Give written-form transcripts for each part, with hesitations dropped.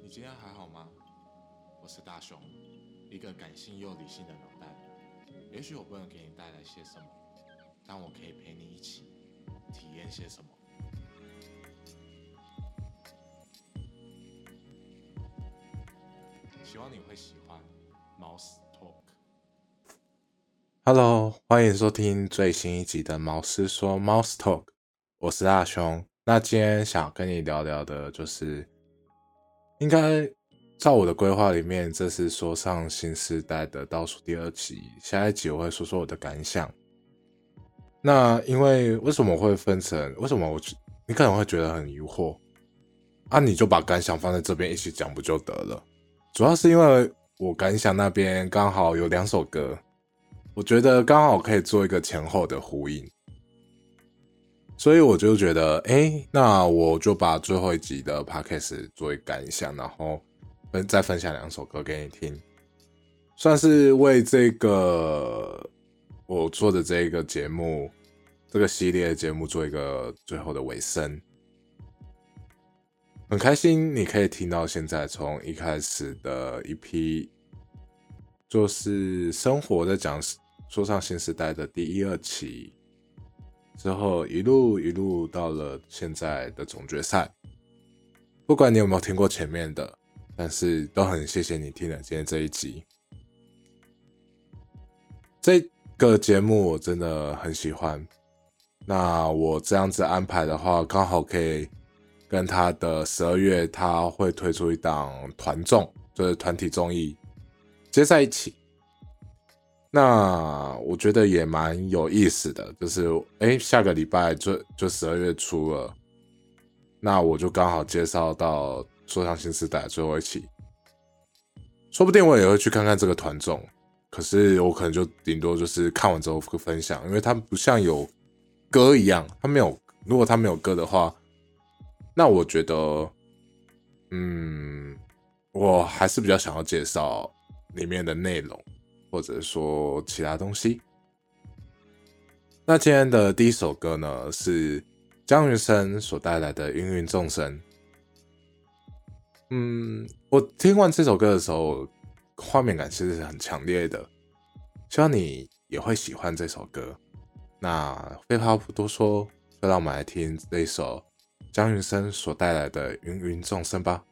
你今天还好吗？我是大雄，一个感性又理性的脑袋。也许我不能给你带来些什么，但我可以陪你一起体验些什么。希望你会喜欢 Mouse Talk。Hello， 欢迎收听最新一集的毛师说 Mouse Talk， 我是大雄。那今天想跟你聊聊的就是，应该照我的规划里面，这是说唱新时代的倒数第2集，下一集我会说说我的感想。那因为为什么我会分成？为什么你可能会觉得很疑惑啊？你就把感想放在这边一起讲不就得了？主要是因为我感想那边刚好有2首歌，我觉得刚好可以做一个前后的呼应，所以我就觉得，那我就把最后一集的 podcast 做一个感想，然后再分享2首歌给你听，算是为这个我做的这个节目，这个系列的节目做一个最后的尾声。很开心你可以听到现在，从一开始的一批就是生活在讲说唱新时代的第1、2期之后，一路到了现在的总决赛。不管你有没有听过前面的，但是都很谢谢你听了今天这一集。这个节目我真的很喜欢，那我这样子安排的话，刚好可以跟他的12月他会推出一档团综，就是团体综艺接在一起。那我觉得也蛮有意思的，就是下个礼拜就12月初了，那我就刚好介绍到说唱新时代最后一期，说不定我也会去看看这个团综，可是我可能就顶多就是看完之后分享，因为它不像有歌一样，如果它没有歌的话，那我觉得我还是比较想要介绍里面的内容，或者说其他东西。那今天的第一首歌呢，是姜云升所带来的《芸芸众生》。我听完这首歌的时候，画面感其实是很强烈的，希望你也会喜欢这首歌。那废话不多说，就让我们来听这一首姜云升所带来的《芸芸众生》吧。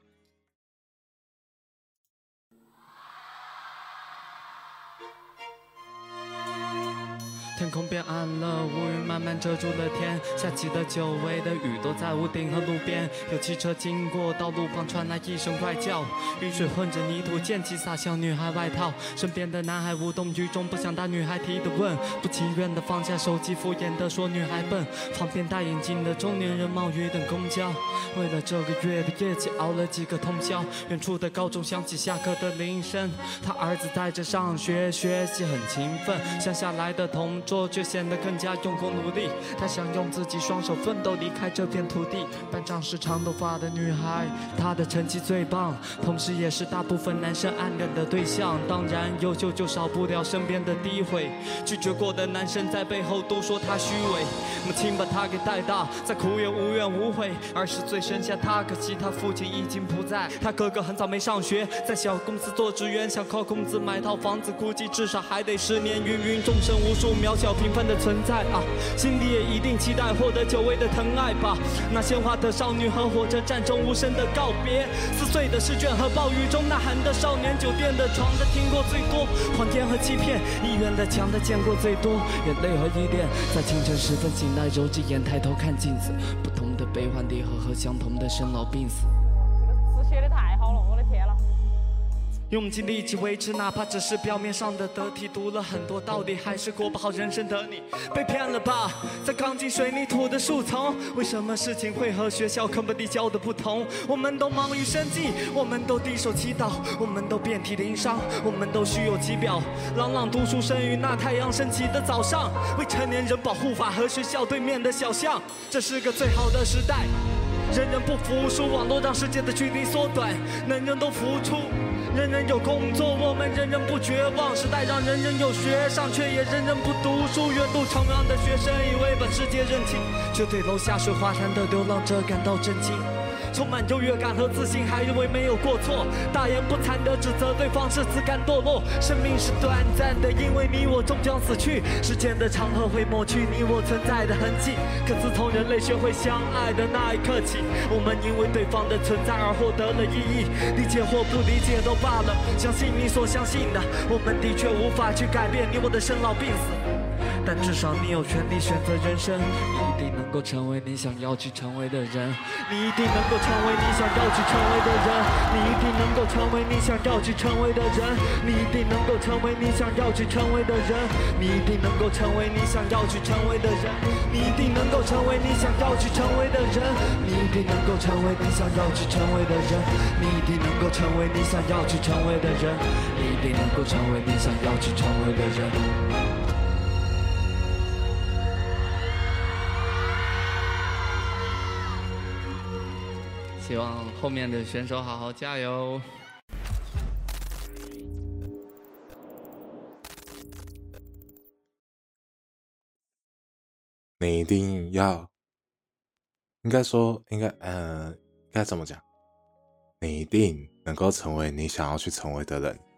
天空变暗了，乌云慢慢遮住了天，下起的久违的雨都在屋顶和路边，有汽车经过，道路旁传来一声怪叫，雨水混着泥土溅起洒向女孩外套，身边的男孩无动于衷，不想答女孩提的问，不情愿的放下手机，敷衍的说女孩笨，旁边戴眼镜的中年人冒雨等公交，为了这个月的业绩熬了几个通宵，远处的高中响起下课的铃声，他儿子在这上学，学习很勤奋，乡下来的同桌却显得更加用功努力，他想用自己双手奋斗离开这片土地。班长是长头发的女孩，她的成绩最棒，同时也是大部分男生暗恋的对象，当然优秀就少不了身边的诋毁，拒绝过的男生在背后都说他虚伪，母亲把他给带大，在苦也无怨无悔，20岁生下他，可惜他父亲已经不在，他哥哥很早没上学，在小公司做职员，想靠工资买套房子，估计至少还得10年，芸芸众生无数渺小平凡的存在啊，心里也一定期待获得久违的疼爱吧。那鲜花的少女和火车站中无声的告别，4岁的试卷和暴雨中呐喊的少年，酒店的床的听过最多，谎言和欺骗，医院的墙的见过最多，眼泪和依恋，在清晨时分醒来，揉着眼抬头看镜子，不同的悲欢离合和相同的生老病死。 这个词写的太好了，我的天了。 用尽力气维持，哪怕只是表面上的得体，读了很多道理，还是过不好人生的你，被骗了吧？在钢筋水泥土的树丛，为什么事情会和学校课本里教的不同？我们都忙于生计，我们都低手祈祷，我们都遍体鳞伤，我们都虚有其表，朗朗读书声于那太阳升起的早上，未成年人保护法和学校对面的小巷，这是个最好的时代。人人不服输，网络让世界的距离缩短，人人都付出，人人有工作，我们人人不绝望。时代让人人有学上，却也人人不读书。远渡重洋的学生以为把世界认清，却对楼下水花潭的流浪者感到震惊。 充满优越感和自信，还认为没有过错，大言不惭地指责对方是自甘堕落。生命是短暂的，因为你我终将死去，时间的长河会抹去你我存在的痕迹。可自从人类学会相爱的那一刻起，我们因为对方的存在而获得了意义。理解或不理解都罢了，相信你所相信的，我们的确无法去改变你我的生老病死，但至少你有权利选择人生。你一定能够成为你想要去成为的人，你一定能够成为你想要去成为的人，你一定能够成为你想要去成为的人，你一定能够成为你想要去成为的人，你一定能够成为你想要去成为的人，你一定能够成为你想要去成为的人，你一定能够成为你想要去成为的人，你一定能够成为你想要去成为的人，你一定能够成为你想要去成为的人。希望后面的选手好好加油。 你一定要，应该怎么讲？你一定能够成为你想要去成为的人。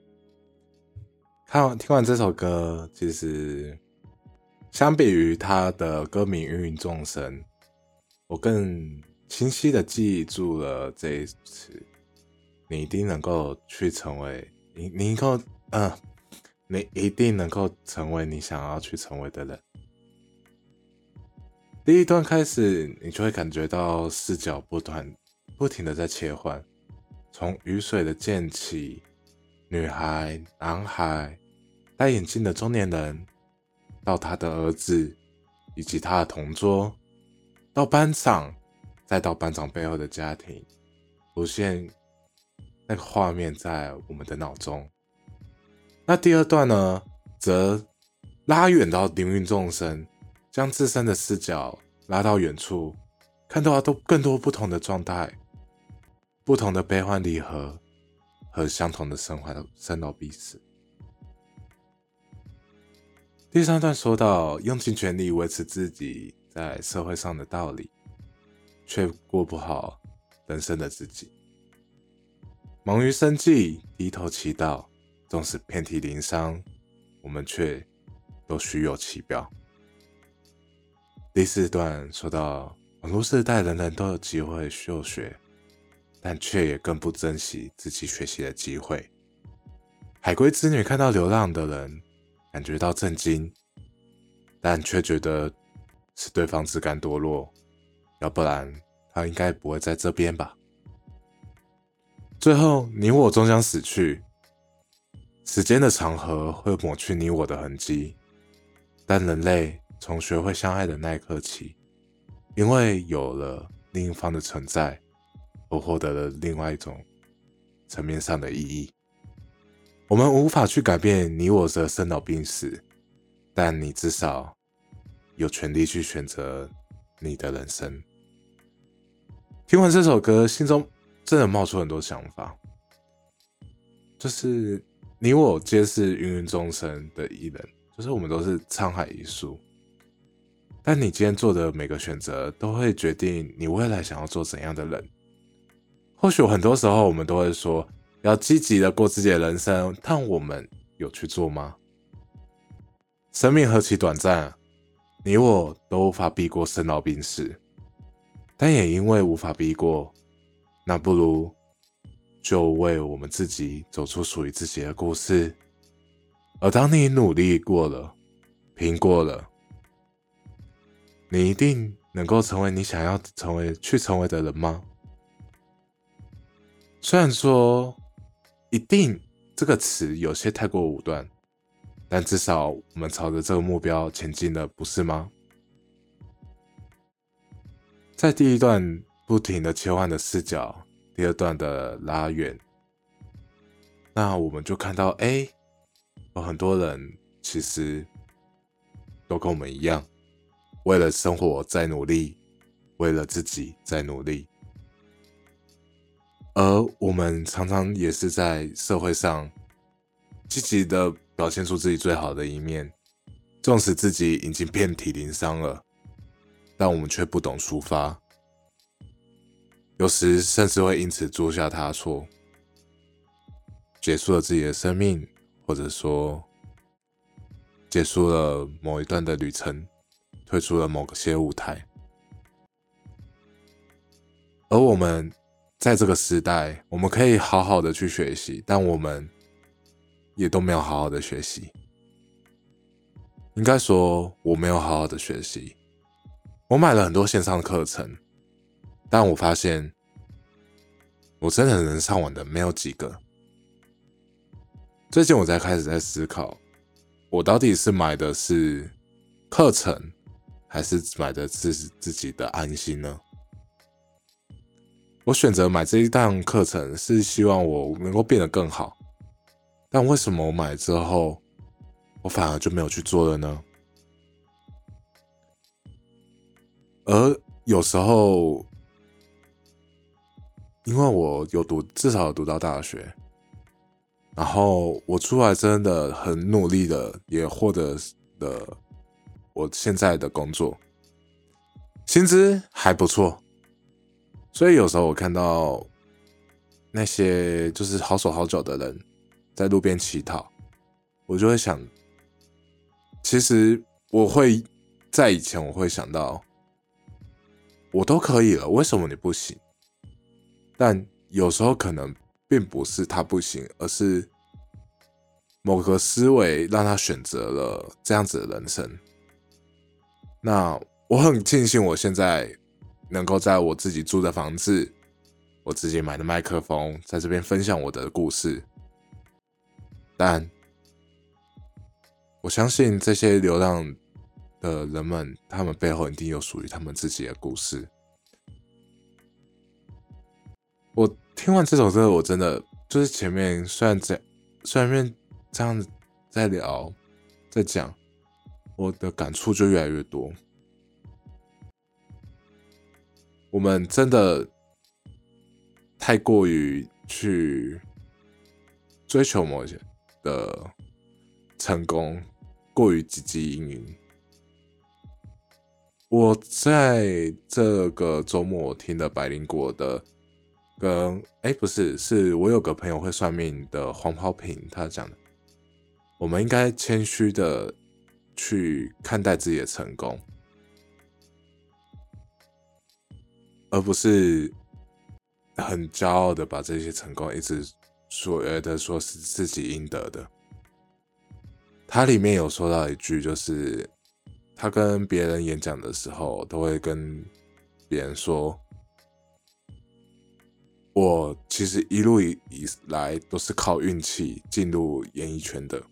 听完这首歌，其实相比于他的歌名《芸芸众生》，我更清晰的记住了这一词。你一定能够去成为你一定能够成为你想要去成为的人。第一段开始，你就会感觉到视角不停的在切换，从雨水的溅起，女孩、男孩，戴眼镜的中年人，到他的儿子，以及他的同桌，到班长，再到班长背后的家庭，浮现那个画面在我们的脑中。那第二段呢，则拉远到芸芸众生，将自身的视角拉到远处，看到更多不同的状态，不同的悲欢离合和相同的生老病死。第三段说到用尽全力维持自己在社会上的道理，却过不好人生的自己，忙于生计，低头祈祷，纵使遍体鳞伤，我们却都虚有其表。第四段说到网络时代人人都有机会休学，但却也更不珍惜自己学习的机会。海归子女看到流浪的人感觉到震惊，但却觉得是对方自甘堕落，要不然他应该不会在这边吧。最后你我终将死去，时间的长河会抹去你我的痕迹，但人类从学会相爱的那一刻起，因为有了另一方的存在，而获得了另外一种层面上的意义。我们无法去改变你我的生老病死，但你至少有权利去选择你的人生。听完这首歌，心中真的冒出很多想法，就是你我皆是芸芸众生的一人，就是我们都是沧海一粟，但你今天做的每个选择都会决定你未来想要做怎样的人。或许很多时候我们都会说要积极的过自己的人生，但我们有去做吗？生命何其短暂，你我都无法避过生老病死，但也因为无法避过，那不如就为我们自己走出属于自己的故事。而当你努力过了，拼过了，你一定能够成为你想要成为的人吗？虽然说一定这个词有些太过武断，但至少我们朝着这个目标前进了，不是吗？在第一段不停的切换的视角，第二段的拉远，那我们就看到有很多人其实都跟我们一样，为了生活在努力，为了自己在努力，而我们常常也是在社会上积极的表现出自己最好的一面，纵使自己已经遍体鳞伤了，但我们却不懂抒发。 有时甚至会因此铸下他错，结束了自己的生命，或者说结束了某一段的旅程，退出了某些舞台。而我们在这个时代，我们可以好好的去学习，但我们也都没有好好的学习。应该说我没有好好的学习，我买了很多线上的课程，但我发现我真的能上完的没有几个。最近我才开始在思考，我到底是买的是课程，还是买的是自己的安心呢？我选择买这一档课程是希望我能够变得更好，但为什么我买之后我反而就没有去做了呢？而有时候因为我至少有读到大学，然后我出来真的很努力的也获得了我现在的工作，薪资还不错，所以有时候我看到那些就是好手好脚的人在路边乞讨，我就会想，其实在以前我会想到，我都可以了，为什么你不行？但有时候可能并不是他不行，而是某个思维让他选择了这样子的人生。那我很庆幸我现在能够在我自己住的房子，我自己买的麦克风，在这边分享我的故事。但我相信这些流浪的人们，他们背后一定有属于他们自己的故事。我听完这首歌，我真的就是前面虽然这样子在聊在讲，我的感触就越来越多。我们真的太过于去追求某些的成功，过于汲汲营营。我在这个周末听了百灵果的是我有个朋友会算命的黄袍平他讲的，我们应该谦虚的去看待自己的成功，而不是很骄傲的把这些成功一直所谓的说是自己应得的。他里面有说到一句，就是他跟别人演讲的时候都会跟别人说，我其实一路以来都是靠运气进入演艺圈的。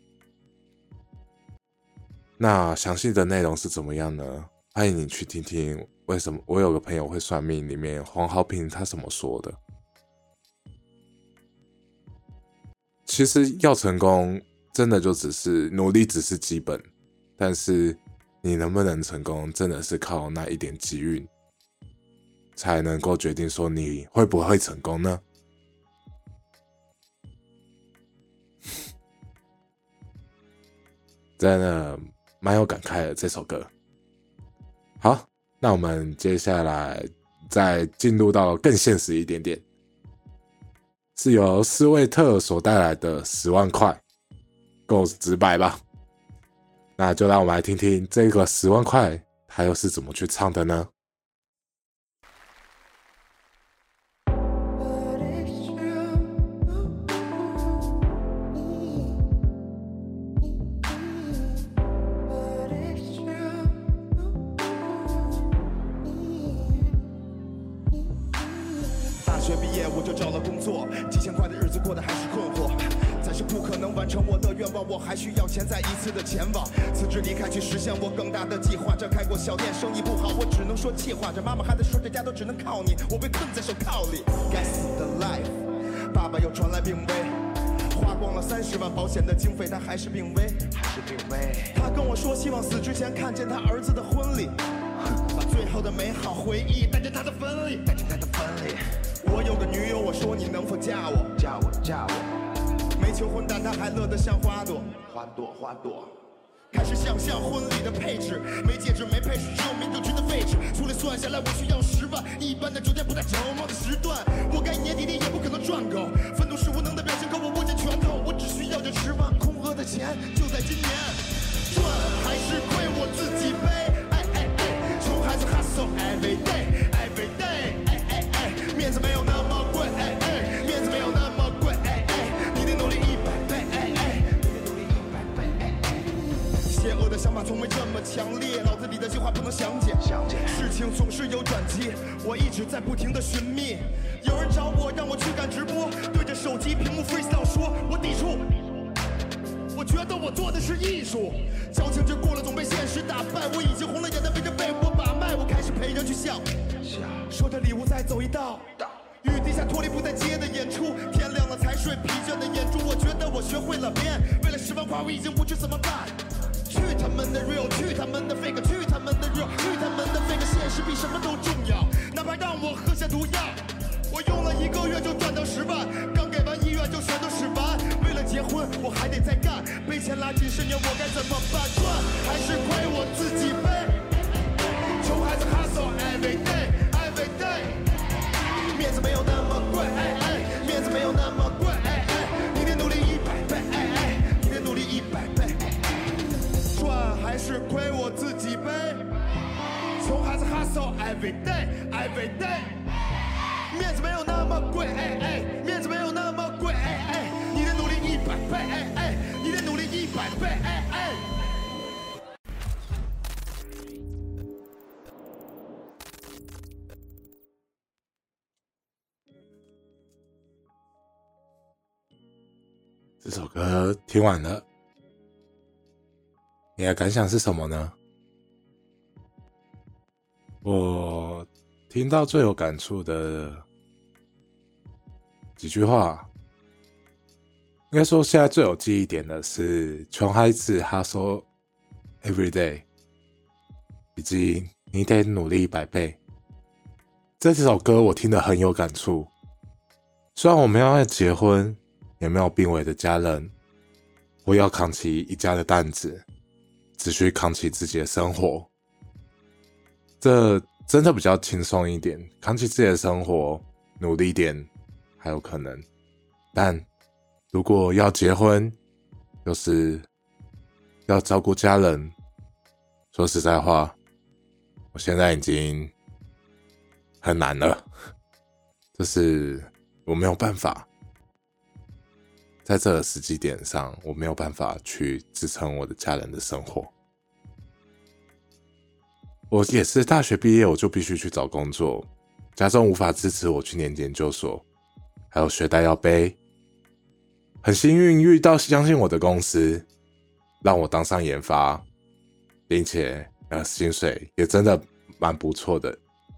那详细的内容是怎么样呢？欢迎你去听听为什么我有个朋友会算命里面黄豪平他怎么说的。其实要成功真的就只是努力只是基本，但是你能不能成功真的是靠那一点机运才能够决定说你会不会成功呢？真的蛮有感慨的这首歌。好，那我们接下来再进入到更现实一点点，是由斯威特所带来的10万块，够直白吧？那就让我们来听听这个10万块他又是怎么去唱的呢？ 学毕业我就找了工作，几千块的日子过得还是困惑，暂时不可能完成我的愿望，我还需要钱再一次的前往，辞职离开去实现我更大的计划。这开过小店生意不好，我只能说气话，这妈妈还在说这家都只能靠你，我被困在手铐里。该死的 life， 爸爸又传来病危，花光了30万保险的经费，他还是病危。他跟我说希望死之前看见他儿子的婚礼，把最后的美好回忆带进他的坟里。我有个女友，我说你能否嫁我？嫁我。没求婚，但她还乐得像花朵。 开始想象婚礼的配置，没戒指没配饰，只有民政局的废纸。粗略算下来，我需要10万，一般的酒店不带着忙的时段，我该年底里也不可能赚够。愤怒是无能的表现，可我握紧拳头，我只需要这10万空额的钱，就在今年。赚还是亏我自己背，穷孩子 hustle every day every day， 面子没有那么贵，面子没有那么贵，你得努力100倍，你得努力100倍。邪恶的想法从没这么强烈，脑子里的计划不能详解，事情总是有转机，我一直在不停的寻觅。有人找我让我去干直播，对着手机屏幕 freestyle 说，我抵触。我觉得我做的是艺术，矫情就过了，总被现实打败。我已经红了眼，但背着被我把脉，我开始陪人去笑，说着礼物再走一道。雨滴下脱离不再接的演出，天亮了才睡，疲倦的眼珠。我觉得我学会了编，为了10万块我已经不知怎么办。去他们的 real， 去他们的 fake， 去他们的 real， 去他们的 fake， 现实比什么都重要，哪怕让我喝下毒药。我用了1个月就赚到10万，刚给完医院就全都使完。为了结婚我还得再干，被钱拉进深渊我该怎么办？赚还是亏我自己背，穷孩子 hustle every day every day， 面子没有那么贵，面子没有那么贵，你得努力100倍，你得努力100倍。赚还是亏我自己背，穷孩子 hustle every day every day， 面子没有那么贵，面子没有那么贵，你得努力100倍，你得努力100倍， 这首歌听完了，你的感想是什么呢？我听到最有感触的几句话，应该说现在最有记忆点的是穷孩子 hustle every day， 以及你得努力100倍。这几首歌我听得很有感触，虽然我没有要结婚，也没有病危的家人，我要扛起一家的担子，只需扛起自己的生活。这真的比较轻松一点，扛起自己的生活，努力一点还有可能。但如果要结婚，又是要照顾家人，说实在话，我现在已经很难了，就是我没有办法，在这个时机点上，我没有办法去支撑我的家人的生活。我也是大学毕业我就必须去找工作，家中无法支持我去念研究所，还有学贷要背。很幸运遇到相信我的公司，让我当上研发，并且薪水也真的蛮不错的。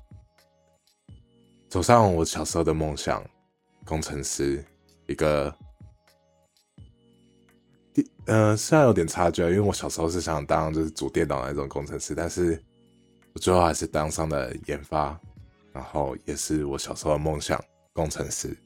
走上我小时候的梦想，工程师，一个虽然有点差距，因为我小时候是想当就是组电脑那种工程师，但是我最后还是当上了研发，然后也是我小时候的梦想，工程师。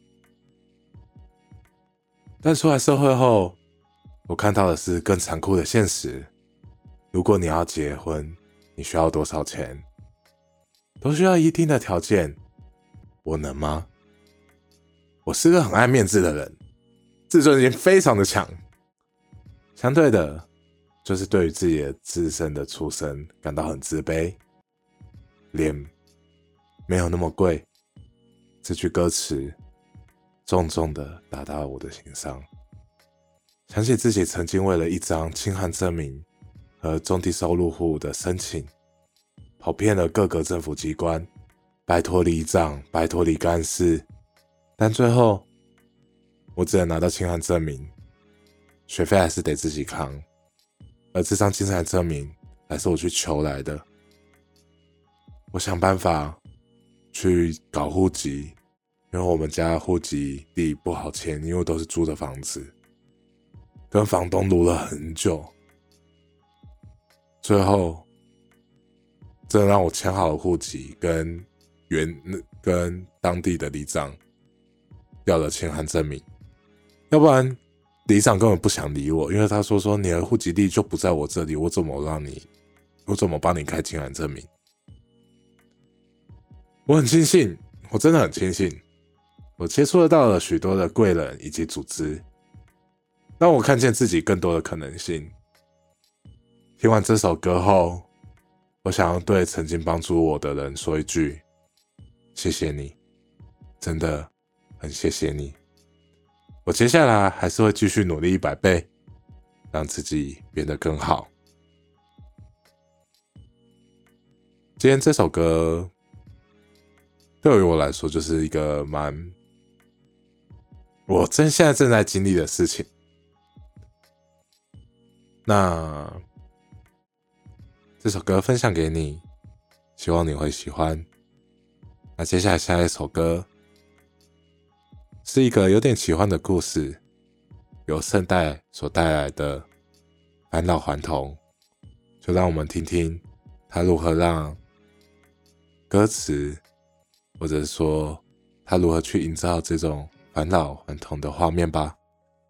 但出来社会后，我看到的是更残酷的现实。如果你要结婚，你需要多少钱？都需要一定的条件，我能吗？我是个很爱面子的人，自尊心非常的强。相对的，就是对于自己的自身的出身感到很自卑。脸没有那么贵，这句歌词重重的打到我的心上。想起自己曾经为了一张清寒证明和中低收入户的申请，跑遍了各个政府机关，拜托里长，拜托里干事，但最后我只能拿到清寒证明，学费还是得自己扛，而这张清寒证明还是我去求来的。我想办法去搞户籍，因为我们家户籍地不好签，因为都是租的房子，跟房东撸了很久，最后真的让我签好了户籍，跟当地的里长要了清寒证明，要不然里长根本不想理我，因为他说你的户籍地就不在我这里，我怎么帮你开进来证明？我很庆幸，我真的很庆幸，我接触到了许多的贵人以及组织，让我看见自己更多的可能性。听完这首歌后，我想要对曾经帮助我的人说一句：谢谢你，真的很谢谢你。我接下来还是会继续努力100倍，让自己变得更好。今天这首歌对于我来说就是一个我现在正在经历的事情。那这首歌分享给你，希望你会喜欢。那接下来下一首歌是一个有点奇幻的故事，由圣代所带来的返老还童，就让我们听听他如何让歌词，或者说他如何去营造这种返老还童的画面吧。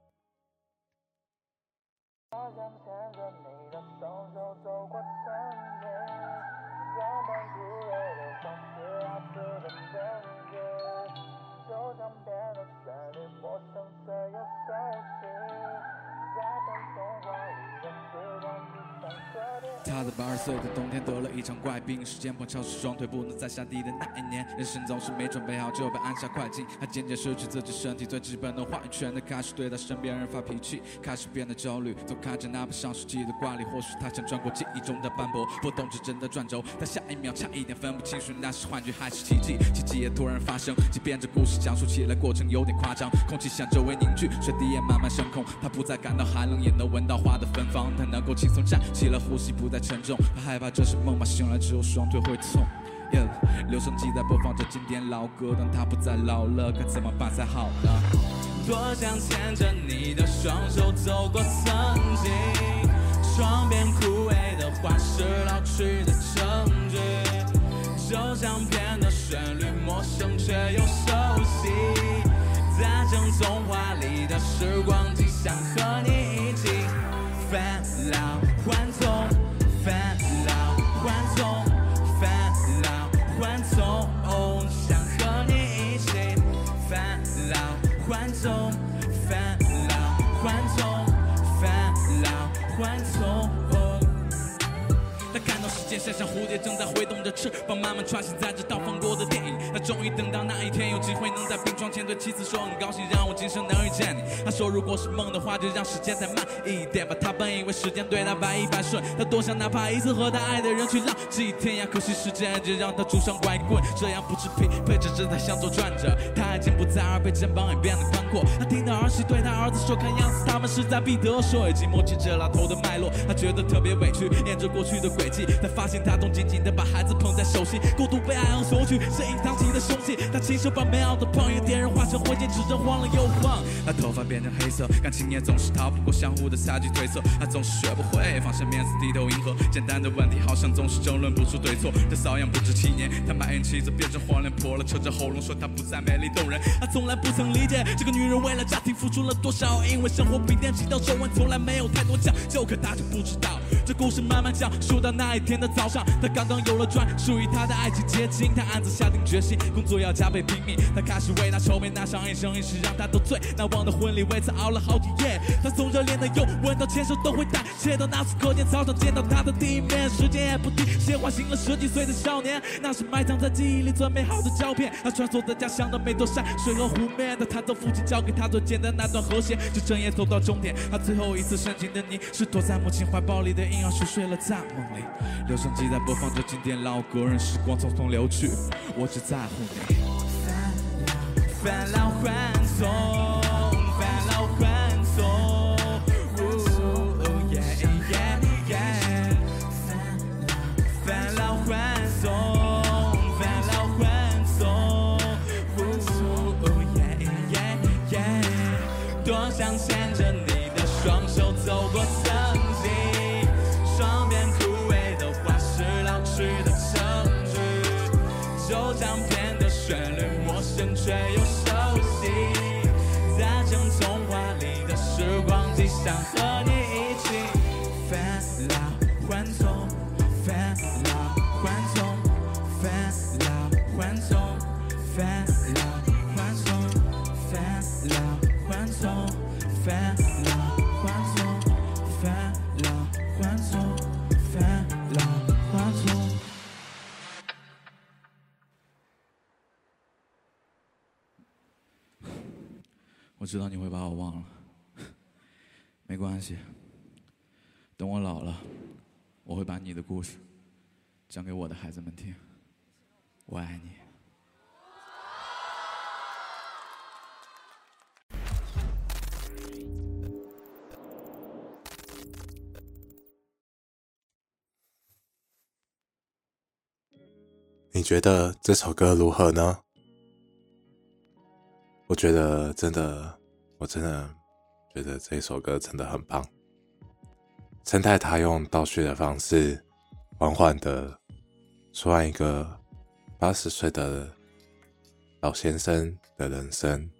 他在82岁的冬天得了一场怪病，时间碰巧是双腿不能再下地的那一年，人生总是没准备好就被按下快进，他渐渐失去自己身体最基本的话语权，他开始对他身边人发脾气，开始变得焦虑，总看着那本上世纪的挂历，或许他想穿过记忆中的斑驳，不懂指针的转轴，但下一秒差一点分不清楚那是幻觉还是奇迹，奇迹也突然发生，即便这故事讲述起来过程有点夸张，空气像周围凝聚，水滴也慢慢升空，他不再感到寒冷，也能闻到花的芬芳，他能够轻松站起了，呼吸不再沉重，他害怕这是梦吧，醒来之后双腿会痛。留声机在播放着经典老歌，当他不再老了，该怎么办才好呢？多想牵着你的双手走过曾经，窗边枯萎的花是老去的证据，就像片的旋律陌生却又熟悉，在正从画里的时光机，想和你一起返老还童，返老还童，返老还童，想和你一起返老还童，返老还童，返老还童。他看到世界像蝴蝶正在挥动着翅膀，慢慢穿行在这道放过的电影。他终于等到那一天，有机会能在病床前对妻子说，很高兴让我今生能遇见你。他说如果是梦的话，就让时间再慢一点吧。他本以为时间对他百依百顺，他多想哪怕一次和他爱的人去浪迹天涯，可惜时间只让他拄上拐棍，这样不知疲惫着正在向左转着。他已经不在耳边，肩膀也变得宽阔。他听到儿媳对他儿子说，看样子他们是在彼得说，已经摸清这老头的脉络，他觉得特别委屈，沿着过去的轨迹，他发现他动紧紧地把孩子捧在手心，过度被爱而索取是隐藏起的凶器，他亲手把美好的朋友点燃化成灰烬，指针晃了又晃，他头发变成黑色，感情也总是逃不过相互的猜忌推测，他总是学不会放下面子低头迎合，简单的问题好像总是争论不出对错，这瘙痒不止7年，他埋怨妻子变成黄脸婆了，扯着喉咙说她不再美丽动人，他从来不曾理解这个女人为了家庭付出了多少，因为生活比电器到手腕从来没有太多讲究，可他就不知道这故事慢慢讲述到那一天的早上，他刚刚有了专属于他的爱情结晶，他暗自下定决心工作要加倍拼命，他开始为他筹备那场一生一世让他都最难忘的婚礼，为此熬了好几夜，他从热恋的拥吻到牵手都会带，切到那次课间操场见到他的第一面，时间也不停写唤醒了10几岁的少年，那是埋藏在记忆里最美好的照片，他穿梭在家乡的每座山水和湖面，他弹奏父亲教给他最简单那段和弦，就这样走到终点，他最后一次深情的你是躲在母亲怀抱里的婴儿熟睡了在梦里，留声机在播放着经典老歌，任时光匆匆流去，我只在乎你。返老还童，返老还童，返老还童，返老还童，多想牵着你的双手走过曾经，窗边枯萎的花是老去的证据，就像片的旋律陌生却又熟悉， 知道你会把我忘了，没关系，等我老了，我会把你的故事讲给我的孩子们听。我爱你。 你觉得这首歌如何呢？我真的觉得这首歌真的很棒。生态他用倒叙的方式，缓缓的说完一个80岁的老先生的人生。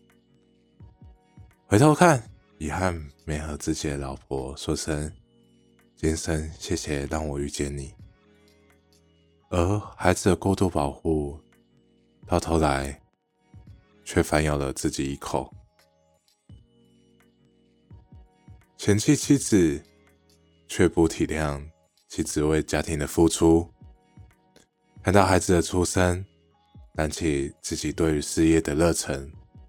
回头看，遗憾没和自己的老婆说声今生谢谢让我遇见你。而孩子的过度保护，到头来却反咬了自己一口。嫌弃妻子，却不体谅妻子为家庭的付出。看到孩子的出生，燃起自己对于事业的热忱。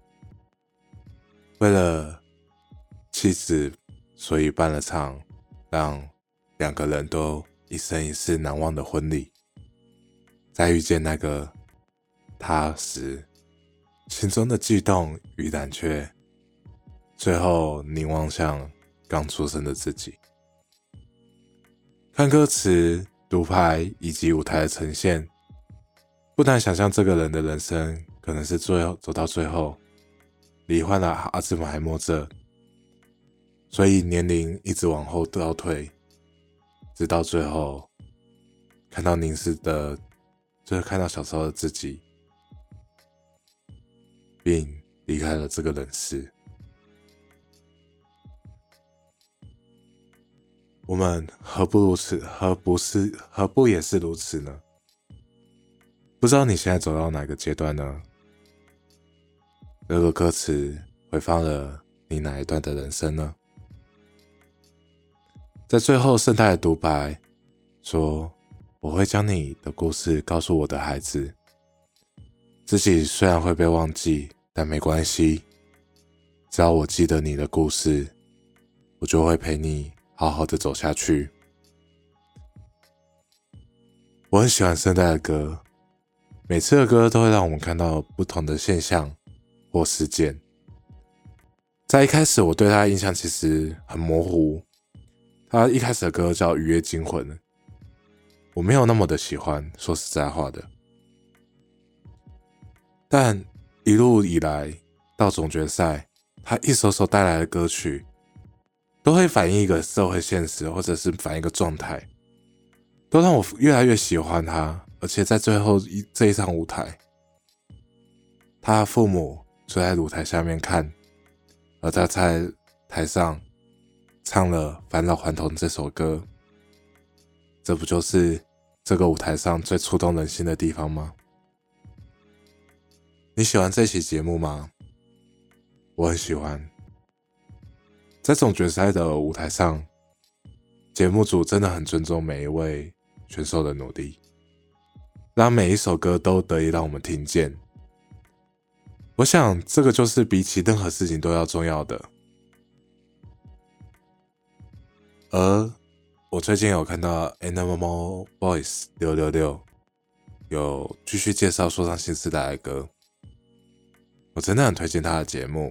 为了妻子，所以办了场让两个人都一生一世难忘的婚礼。在遇见那个他时，心中的悸动与胆怯，最后凝望向刚出生的自己。看歌词、独白以及舞台的呈现，不难想象这个人的人生可能是走到最后，罹患了阿兹海默症，所以年龄一直往后倒退，直到最后看到就是看到小时候的自己，并离开了这个人世。我们何不如此？何不也是如此呢？不知道你现在走到哪个阶段呢？这个歌词回放了你哪一段的人生呢？在最后，圣代的独白说：“我会将你的故事告诉我的孩子。自己虽然会被忘记，但没关系，只要我记得你的故事，我就会陪你好好的走下去。”我很喜欢圣代的歌，每次的歌都会让我们看到不同的现象或事件。在一开始，我对他的印象其实很模糊。他一开始的歌叫《雨夜惊魂》，我没有那么的喜欢，说实在话的。但一路以来到总决赛，他一首首带来的歌曲，都会反映一个社会现实，或者是反映一个状态，都让我越来越喜欢他。而且在最后这一场舞台，他的父母坐在舞台下面看，而他在台上唱了《返老还童》这首歌，这不就是这个舞台上最触动人心的地方吗？你喜欢这期节目吗？我很喜欢。在总决赛的舞台上，节目组真的很尊重每一位选手的努力，让每一首歌都得以让我们听见。我想这个就是比起任何事情都要重要的。而我最近有看到 Animal Voice 666有继续介绍说唱新时代的歌，我真的很推荐他的节目。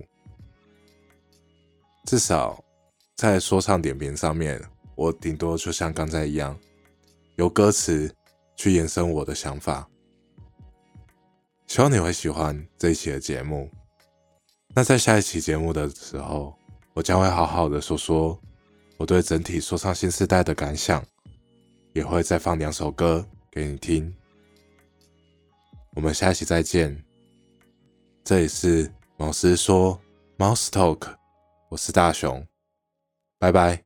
至少在说唱点评上面，我顶多就像刚才一样，由歌词去延伸我的想法。希望你会喜欢这一期的节目。那在下一期节目的时候，我将会好好的说说我对整体说唱新时代的感想，也会再放2首歌给你听。我们下一期再见。这里是毛师说 Mouse Talk， 我是大雄，拜拜。